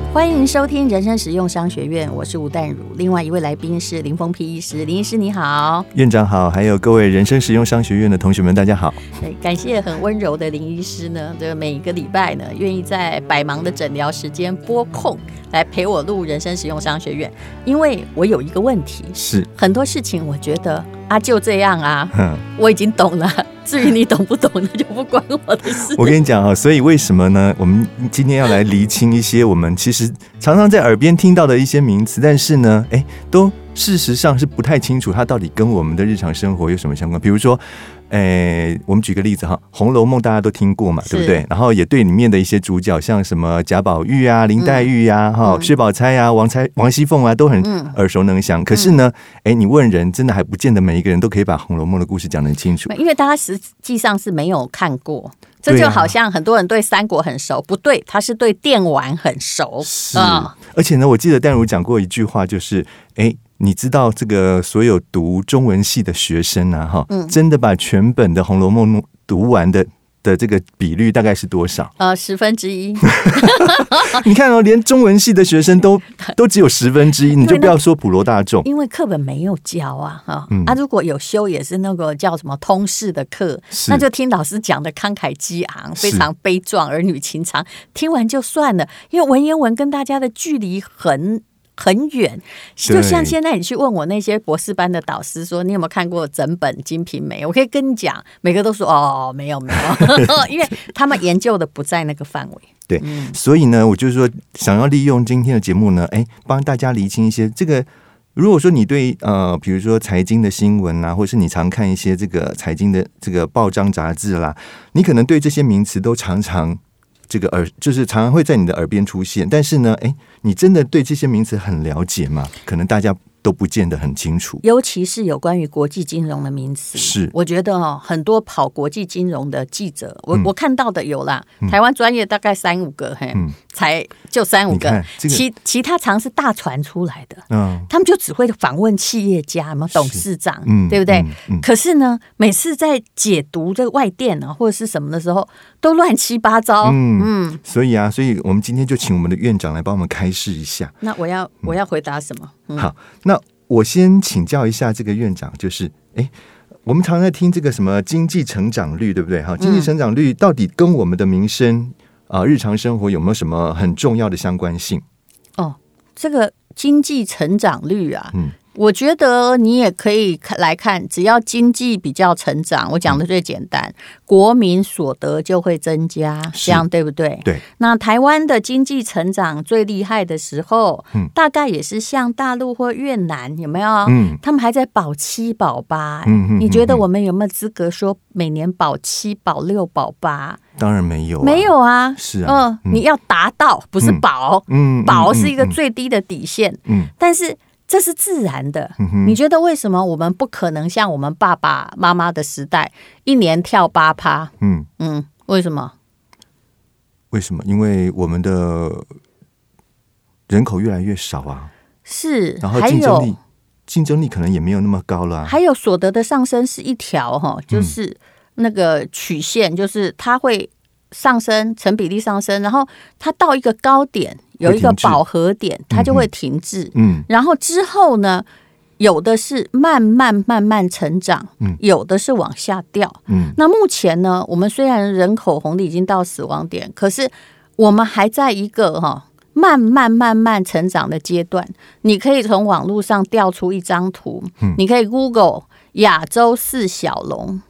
欢迎收听人生实用商学院，我是吴淡如。另外一位来宾是林峰丕医师，林医师你好。 院长好，还有各位人生实用商学院的同学们大家好。 感谢很温柔的林医师呢，这个每个礼拜呢愿意在百忙的诊疗时间拨空来陪我录人生实用商学院。因为我有一个问题， 是很多事情我觉得就这样我已经懂了，至于你懂不懂那就不关我的事。 我跟你讲所以为什么呢？我们今天要来厘清一些我们其实常常在耳边听到的一些名词，但是呢都事实上是不太清楚它到底跟我们的日常生活有什么相关。比如说我们举个例子《红楼梦》大家都听过嘛，对不对？然后也对里面的一些主角，像什么贾宝玉啊、林黛玉啊、薛宝钗啊、王熙凤啊，都很耳熟能详。可是呢，你问人，真的还不见得每一个人都可以把《红楼梦》的故事讲得很清楚， 因为大家实际上是没有看过。这就好像很多人对三国很熟，不对，他是对电玩很熟。 而且呢，我记得淡如讲过一句话，就是你知道这个所有读中文系的学生啊，真的把全本的《红楼梦》读完的这个比率大概是多少 ？1/10。 你看连中文系的学生都只有1/10，你就不要说普罗大众， 因为课本没有教如果有修也是那个叫什么通识的课，那就听老师讲的慷慨激昂，非常悲壮，儿女情长，听完就算了。因为文言文跟大家的距离很远，就像现在你去问我那些博士班的导师说你有没有看过整本《金瓶梅》，我可以跟你讲，每个都说没有因为他们研究的不在那个范围。 对，所以呢，我就是说想要利用今天的节目呢，帮大家厘清一些这个。如果说你对比如说财经的新闻啊，或是你常看一些这个财经的这个报章杂志啦，你可能对这些名词都常常就是常常会在你的耳边出现，但是呢，你真的对这些名词很了解吗？可能大家都不见得很清楚， 尤其是有关于国际金融的名词。 是， 我觉得很多跑国际金融的记者，我看到的有啦，台湾专业大概3-5个，才就3-5个，其他常是大船出来的，他们就只会访问企业家、董事长，对不对？可是呢，每次在解读这个外电或者是什么的时候，都乱七八糟。 所以我们今天就请我们的院长来帮我们开示一下。 那我要回答什么？ 好，那我先请教一下这个院长，就是我们常常在听这个什么经济成长率，对不对？经济成长率到底跟我们的民生日常生活有没有什么很重要的相关性？ 这个经济成长率我觉得你也可以来看，只要经济比较成长，我讲的最简单，国民所得就会增加，这样对不对？ 对。那台湾的经济成长最厉害的时候，大概也是像大陆或越南，有没有？他们还在保7保8。你觉得我们有没有资格说每年保7保6保8？ 当然没有， 没有啊。 是啊， 你要达到，不是保，保是一个最低的底线。但是这是自然的。你觉得为什么我们不可能像我们爸爸妈妈的时代1年跳8%？为什么？ 为什么？因为我们的人口越来越少啊。 是， 然后竞争力可能也没有那么高了。 还有所得的上升是一条就是那个曲线，就是它会上升，成比例上升，然后它到一个高点，有一个饱和点，它就会停滞。然后之后呢，有的是慢慢成长，有的是往下掉。那目前呢，我们虽然人口红利已经到死亡点，可是我们还在一个慢慢成长的阶段。你可以从网络上调出一张图，你可以 Google 亚洲4小龙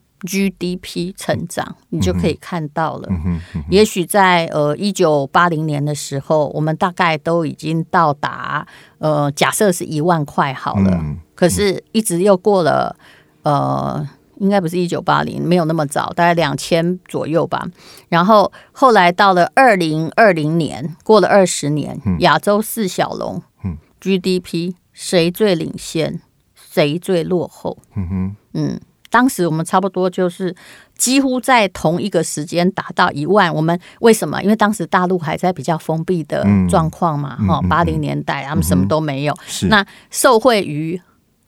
GDP 成长，你就可以看到了。也许在1980年的时候，我们大概都已经到达假设是1万块好了，可是一直又过了应该不是1980，没有那么早，大概2000左右吧。然后后来到了2020年，过了20年，亚洲4小龙GDP 谁最领先，谁最落后？当时我们差不多就是几乎在同一个时间达到1万。我们为什么？因为当时大陆还在比较封闭的状况嘛，80年代他们什么都没有。那受惠于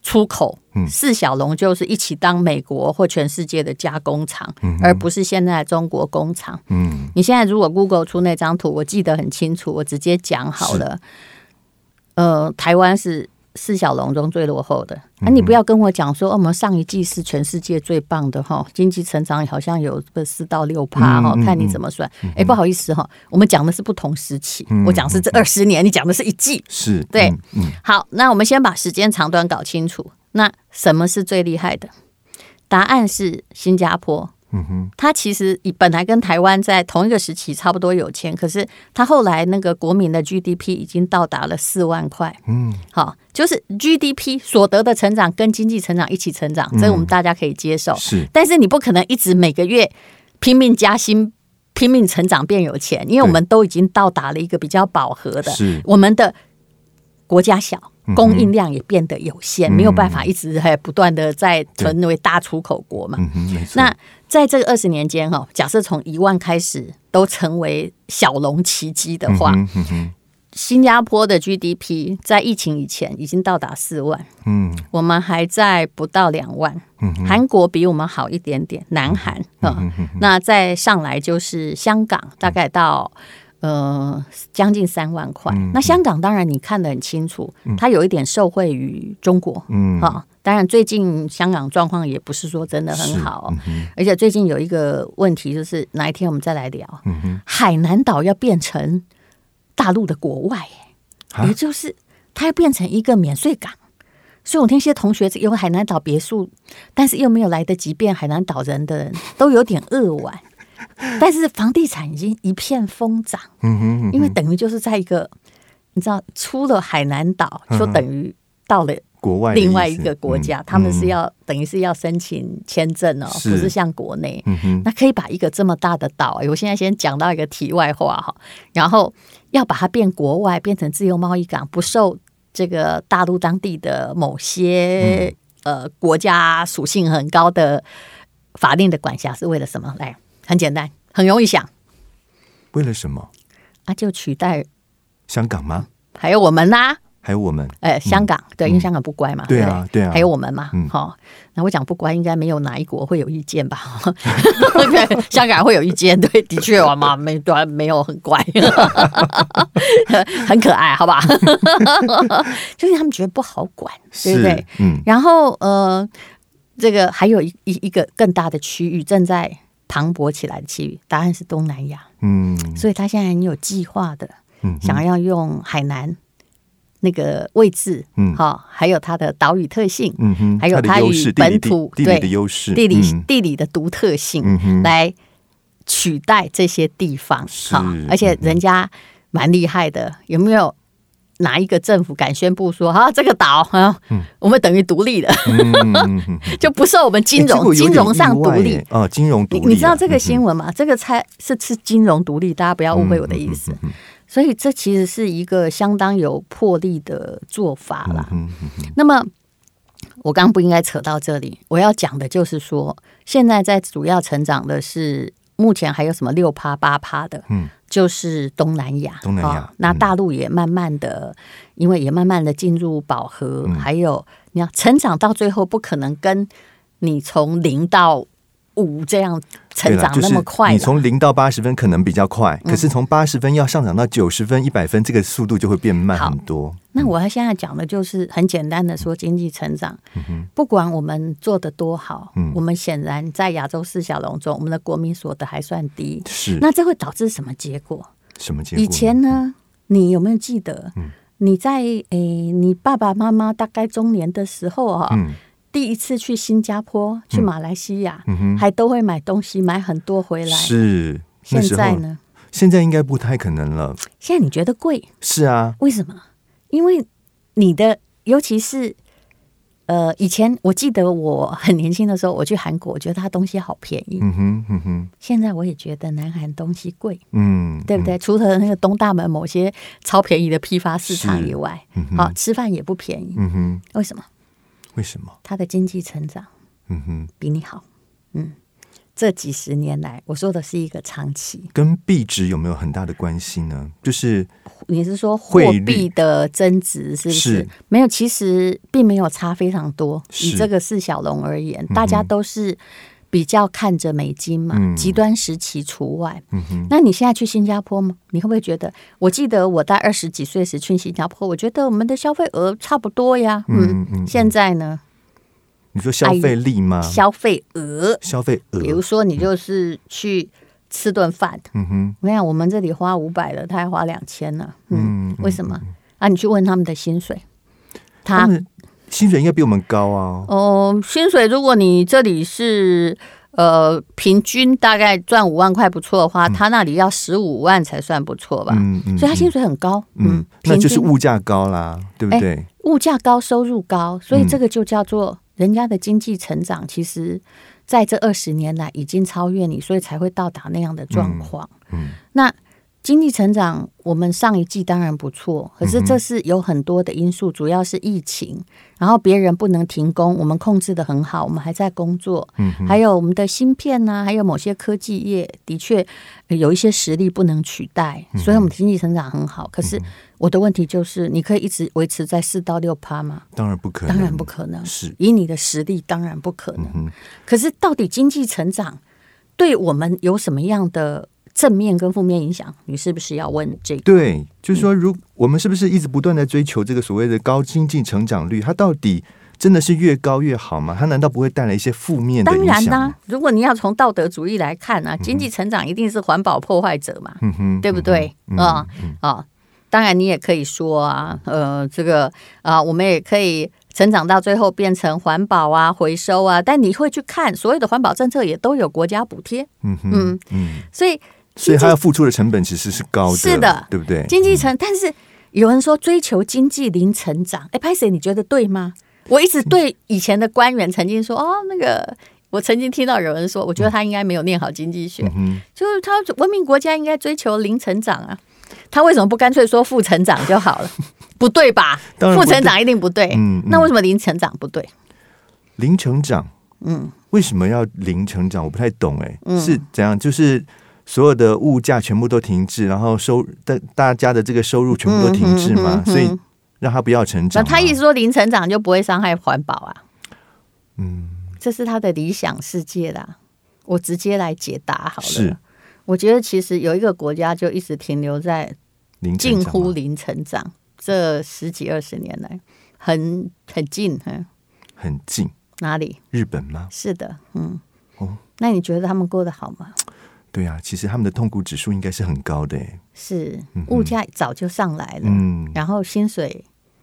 出口，四小龙就是一起当美国或全世界的加工厂，而不是现在中国工厂。你现在如果 Google 出那张图，我记得很清楚，我直接讲好了。台湾是四小龙中最落后的，你不要跟我讲说我们上一季是全世界最棒的经济成长好像有4%到6%看你怎么算。不好意思我们讲的是不同时期，我讲是这20年，你讲的是一季， 是对。好，那我们先把时间长短搞清楚。那什么是最厉害的？答案是新加坡。他其实本来跟台湾在同一个时期差不多有钱，可是他后来那个国民的 GDP 已经到达了4万块。好，就是 GDP 所得的成长跟经济成长一起成长，这我们大家可以接受。但是你不可能一直每个月拼命加薪、拼命成长变有钱，因为我们都已经到达了一个比较饱和的，我们的国家小。供应量也变得有限，没有办法一直不断的在成为大出口国嘛。那在这个20年间假设从1万开始都成为小龙奇迹的话，新加坡的 GDP 在疫情以前已经到达4万，我们还在不到2万。韩国比我们好一点点，南韩那再上来就是香港，大概到将近3万块。那香港当然你看得很清楚，它有一点受惠于中国。当然最近香港状况也不是说真的很好，而且最近有一个问题，就是哪一天我们再来聊，海南岛要变成大陆的国外，也就是它要变成一个免税港。所以我那些同学有海南岛别墅，但是又没有来得及变海南岛人的人都有点扼腕。但是房地产已经一片疯涨，因为等于就是在一个你知道出了海南岛，就等于到了国外另外一个国家，他们是要等于是要申请签证不是像国内。那可以把一个这么大的岛，我现在先讲到一个题外话然后要把它变国外，变成自由贸易港，不受这个大陆当地的某些国家属性很高的法令的管辖，是为了什么？来。很简单，很容易想， 为了什么就取代香港吗？ 还有我们还有我们香港对，因为香港不乖嘛， 对啊对啊， 还有我们嘛。那我讲不乖，应该没有哪一国会有意见吧？香港会有意见，对，的确嘛，没有很乖，很可爱，好吧？就是他们觉得不好管，对不对？然后这个还有一个更大的区域正在磅礴起来的区域，答案是东南亚。所以他现在很有计划的，想要用海南那个位置，还有它的岛屿特性，还有它与本土地理的优势， 地理的独特性，来取代这些地方。而且人家蛮厉害的，有没有？哪一个政府敢宣布说这个岛我们等于独立了，就不受我们金融上独立金融独立， 你知道这个新闻吗？这个才是金融独立，大家不要误会我的意思。所以这其实是一个相当有魄力的做法啦。那么我刚刚不应该扯到这里，我要讲的就是说，现在在主要成长的是目前还有什么6%、8%的，就是东南亚。那大陆也慢慢的，因为也慢慢的进入饱和，还有你要成长到最后，不可能跟你从0到5这样成长那么快， 你从0到80分可能比较快，可是从80分要上涨到90分、100分，这个速度就会变慢很多。 那我现在讲的就是很简单的说，经济成长，不管我们做得多好，我们显然在亚洲4小龙中，我们的国民所得还算低。那这会导致什么结果？以前呢，你有没有记得？你在你爸爸妈妈大概中年的时候第一次去新加坡、去马来西亚，还都会买东西，买很多回来。 是， 现在呢？ 现在应该不太可能了。 现在你觉得贵？ 是啊， 为什么？因为你的，尤其是以前我记得我很年轻的时候，我去韩国，我觉得它东西好便宜。现在我也觉得南韩东西贵，对不对？除了那个东大门某些超便宜的批发市场以外，吃饭也不便宜。为什么？ 为什么？ 它的经济成长，比你好。 这几十年来，我说的是一个长期， 跟币值有没有很大的关系呢？就是你是说货币的增值是不是？没有，其实并没有差非常多。以这个4小龙而言，大家都是比较看着美金嘛，极端时期除外。那你现在去新加坡吗？你会不会觉得？我记得我在20几岁时去新加坡，我觉得我们的消费额差不多呀。现在呢？ 你说消费力吗？ 消费额，比如说你就是去吃顿饭，我想我们这里花500了，他还花2000呢。为什么？你去问他们的薪水， 他们薪水应该比我们高啊。 薪水如果你这里是平均大概赚5万块不错的话，他那里要15万才算不错吧？所以他薪水很高。 那就是物价高啦，对不对？ 物价高，收入高，所以这个就叫做人家的经济成长，其实在这20年来已经超越你，所以才会到达那样的状况。那经济成长，我们上一季当然不错，可是这是有很多的因素，主要是疫情，然后别人不能停工，我们控制得很好，我们还在工作。还有我们的芯片啊，还有某些科技业，的确有一些实力不能取代，所以我们经济成长很好。可是我的问题就是，你可以一直维持在4到6%吗？ 当然不可能， 当然不可能。 是以你的实力，当然不可能。可是到底经济成长对我们有什么样的正面跟负面影响？你是不是要问这个？ 对，就是说，我们是不是一直不断的追求这个所谓的高经济成长率？它到底真的是越高越好吗？它难道不会带来一些负面的影响？当然啦， 如果你要从道德主义来看啊，经济成长一定是环保破坏者嘛，对不对？当然你也可以说啊，这个我们也可以成长到最后变成环保啊、回收啊，但你会去看所有的环保政策也都有国家补贴，所以它要付出的成本其实是高的， 是的， 对不对？ 但是有人说追求经济零成长，拍谁？你觉得对吗？我一直对以前的官员曾经说，那个我曾经听到有人说，我觉得他应该没有念好经济学，就是他文明国家应该追求零成长啊，他为什么不干脆说负成长就好了？不对吧？负成长一定不对。那为什么零成长不对？ 零成长，为什么要零成长？我不太懂是怎样？就是所有的物价全部都停滞，然后大家的这个收入全部都停滞嘛，所以让他不要成长。 他意思说零成长就不会伤害环保啊？这是他的理想世界啦。我直接来解答好了。我觉得其实有一个国家就一直停留在近乎零成长，这10几20年来很近， 很近。 哪里？ 日本吗？ 是的，那你觉得他们过得好吗？ 对啊，其实他们的痛苦指数应该是很高的。是， 物价早就上来了，然后薪水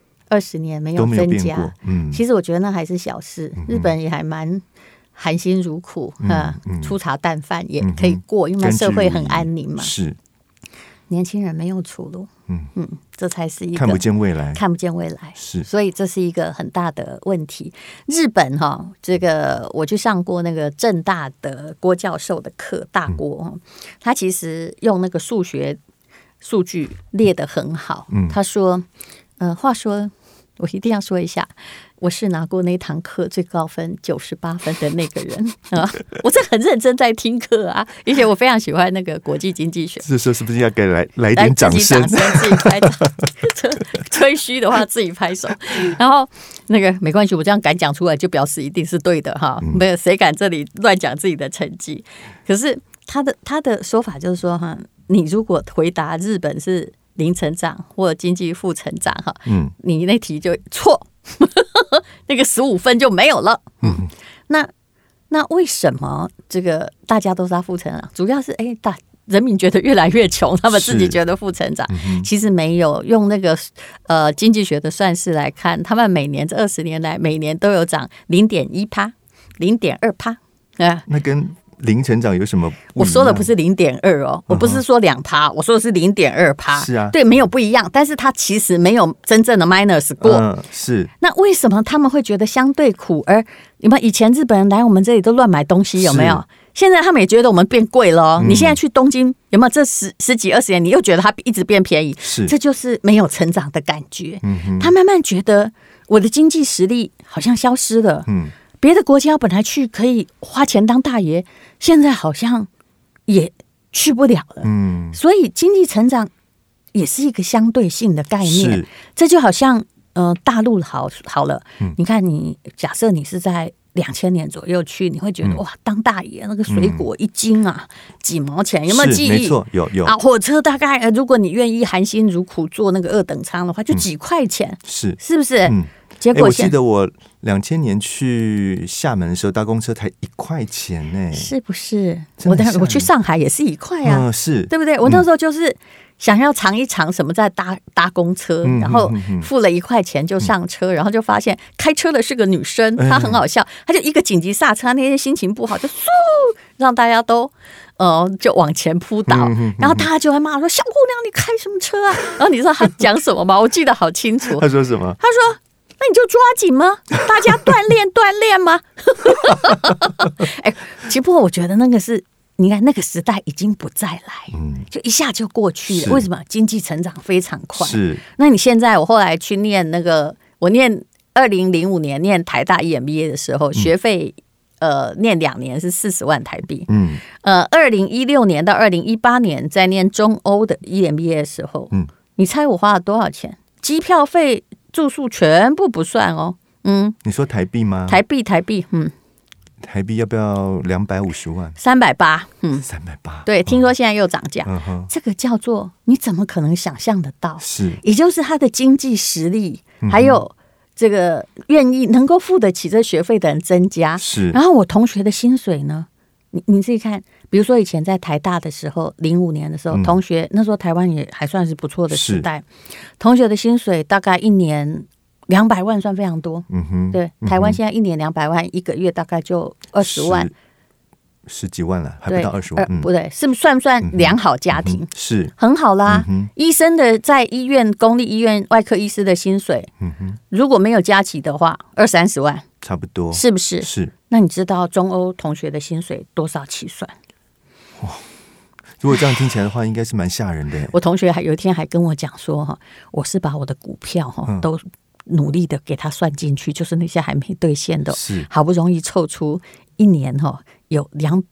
20年没有增加，其实我觉得那还是小事。日本也还蛮含辛茹苦，粗茶淡饭也可以过，因为社会很安宁嘛。是，年轻人没有出路，这才是一个看不见未来， 是，所以这是一个很大的问题。日本这个我去上过那个政大的郭教授的课，大郭，他其实用那个数学数据列得很好。他说，话说我一定要说一下，我是拿过那堂课最高分98分的那个人啊！我是很认真在听课啊，而且我非常喜欢那个国际经济学。 这时候是不是要给来一点掌声？ 自己拍掌，吹嘘的话自己拍手。然后那个没关系，我这样敢讲出来，就表示一定是对的哈。没有谁敢这里乱讲自己的成绩。可是他的说法就是说哈，你如果回答日本是零成长或经济负成长哈，你那题就错，那个15分就没有了。那为什么这个大家都是负成长？主要是人民觉得越来越穷，他们自己觉得负成长，其实没有。用那个经济学的算式来看，他们每年这20年来每年都有涨0.1%、0.2% 那跟零成长有什么不一样？ 我说的不是0.2哦，我不是说2%，我说的是0.2%。 是啊， 对，没有不一样，但是它其实没有真正的 minus 过。 是。 那为什么他们会觉得相对苦？而你们以前日本人来我们这里都乱买东西，有没有？现在他们也觉得我们变贵了。你现在去东京，有没有这十几20年，你又觉得它一直变便宜？ 是， 这就是没有成长的感觉。他慢慢觉得我的经济实力好像消失了。 别的国家本来去可以花钱当大爷，现在好像也去不了了。所以经济成长也是一个相对性的概念。这就好像大陆好了，你看你假设你是在2000年左右去，你会觉得哇，当大爷那个水果一斤啊，几毛钱，有没有记忆？ 没错，有啊，火车大概如果你愿意含辛茹苦坐那个2等舱的话，就几块钱，是不是？结果我记得我2000年去厦门的时候，搭公车才1块钱呢， 是不是？我去上海也是1块啊， 是对不对？我那时候就是想要尝一尝什么在搭公车，然后付了1块钱就上车，然后就发现开车的是个女生，她很好笑，她就一个紧急刹车，那天心情不好就嗖，让大家都就往前扑倒，然后她就会骂说：“小姑娘，你开什么车啊？”然后你知道她讲什么吗？我记得好清楚。 她说什么？ 她说：“那你就抓紧吗？大家锻炼吗？”其实不过我觉得那个是。你看那个时代已经不再来，就一下就过去了。为什么？经济成长非常快。那你现在我后来去念我念2005年念台大 EMBA 的时候，学费念2年是40万台币。2016年到2018年在念中欧的 EMBA 的时候，你猜我花了多少钱？机票费、住宿全部不算哦。 你说台币吗？ 台币， 台币要不要250万 ？380，380。对，听说现在又涨价。这个叫做你怎么可能想象得到？也就是他的经济实力，还有这个愿意能够付得起这学费的人增加。然后我同学的薪水呢？你自己看，比如说以前在台大的时候，05年的时候，同学那时候台湾也还算是不错的时代，同学的薪水大概1年。200万算非常多，对，台湾现在1年200万，1个月大概就20万 ，10几万了，还不到20万， 不对，是不是算不算良好家庭？ 是很好啦。医生的在公立医院外科医师的薪水，如果没有加起的话，20-30万， 差不多， 是不是？ 是。 那你知道中欧同学的薪水多少起算？ 哇！如果这样听起来的话，应该是蛮吓人的。我同学有一天还跟我讲说，我是把我的股票都努力的给他算进去，就是那些还没兑现的，好不容易凑出1年有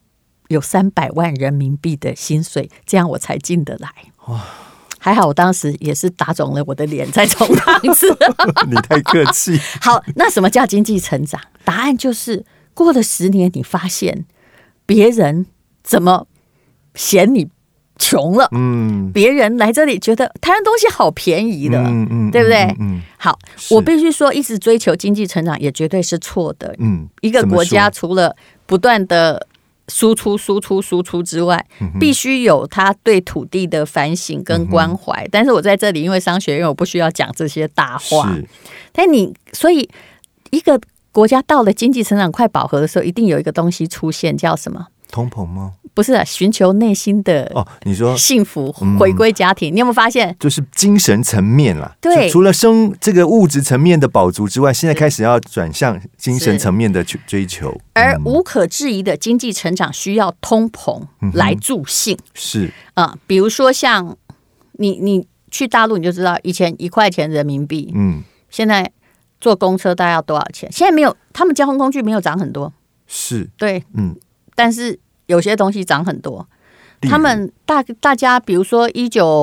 300万人民币的薪水，这样我才进得来。哇！还好我当时也是打肿了我的脸在冲汤子。 你太客气。 好，那什么叫经济成长？答案就是过了10年，你发现别人怎么嫌你穷了，别人来这里觉得台湾东西好便宜的，对不对？好，我必须说，一直追求经济成长也绝对是错的。一个国家除了不断的输出之外，必须有他对土地的反省跟关怀。但是我在这里，因为商学院，我不需要讲这些大话。所以一个国家到了经济成长快饱和的时候，一定有一个东西出现，叫什么？ 通膨吗？ 不是，寻求内心的你说幸福，回归家庭。你有没有发现？ 就是精神层面啦。 对， 除了这个物质层面的饱足之外，现在开始要转向精神层面的追求。 而无可置疑的经济成长需要通膨来助兴。 是比如说像你去大陆你就知道，以前1块钱人民币，现在坐公车大概要多少钱？现在没有，他们交通工具没有涨很多。 是， 对，但是有些东西涨很多。他们大家比如说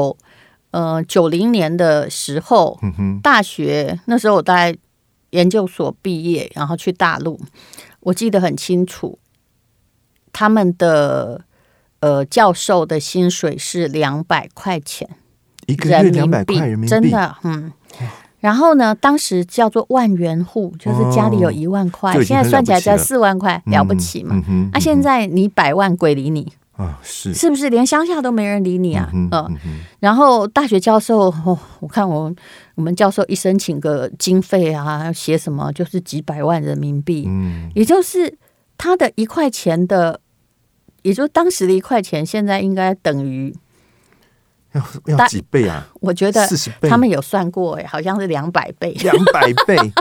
90年的时候，大学那时候我大概研究所毕业，然后去大陆，我记得很清楚，他们的教授的薪水是200块钱， 一个月200块人民币， 真的，然后呢，当时叫做万元户，就是家里有1万块，现在算起来才4万块，了不起嘛？现在你100万鬼理你是不是？连乡下都没人理你啊？然后大学教授，我看我们教授一申请个经费啊，要写什么，就是几百万人民币，也就是他的1块钱的，也就是当时的1块钱，现在应该等于。 要几倍啊？ 我觉得 40倍， 他们有算过，好像是200倍。 200倍，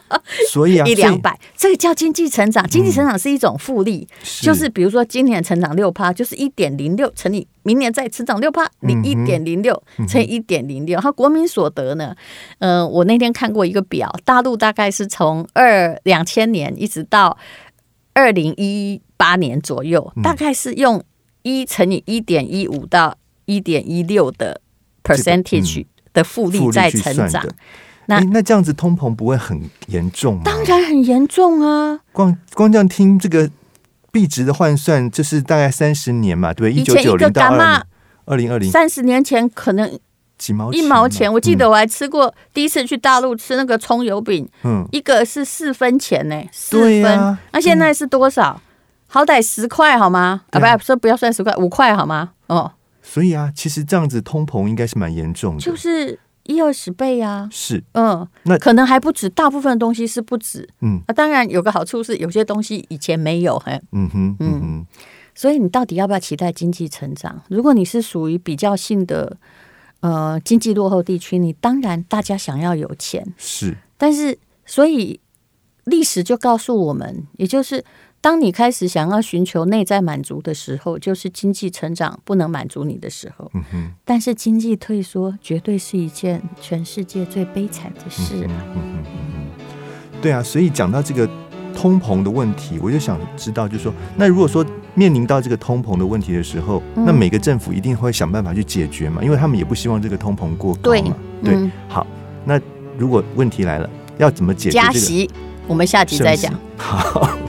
所以啊 100-200，这个叫经济成长。经济成长是一种复利，就是比如说今年成长6%，就是1.06乘以明年再成长6%，你1.06乘以1.06，然后国民所得呢？我那天看过一个表，大陆大概是从2000年一直到2018年左右，大概是用1乘以1.15到1.16的 percentage 的复利在成长。 那这样子通膨不会很严重吗？ 当然很严重啊！ 光这样听这个币值的换算，就是大概30年嘛，对不对？1990到2020 ，30年前可能几毛 1毛钱。我记得我还吃过，第一次去大陆吃那个葱油饼，一个是4分钱呢，4分。那现在是多少？好歹10块好吗？不要算10块，5块好吗？ 所以啊，其实这样子通膨应该是蛮严重的， 就是10-20倍啊。 是， 那可能还不止，大部分的东西是不止。当然有个好处是，有些东西以前没有。所以你到底要不要期待经济成长？如果你是属于比较性的经济落后地区，你当然大家想要有钱， 是。 但是所以历史就告诉我们，也就是当你开始想要寻求内在满足的时候，就是经济成长不能满足你的时候。但是经济退缩绝对是一件全世界最悲惨的事。 对啊，所以讲到这个通膨的问题，我就想知道，就是说，那如果说面临到这个通膨的问题的时候，那每个政府一定会想办法去解决嘛，因为他们也不希望这个通膨过高嘛。对，好，那如果问题来了，要怎么解决这个？ 加息，我们下集再讲。 好。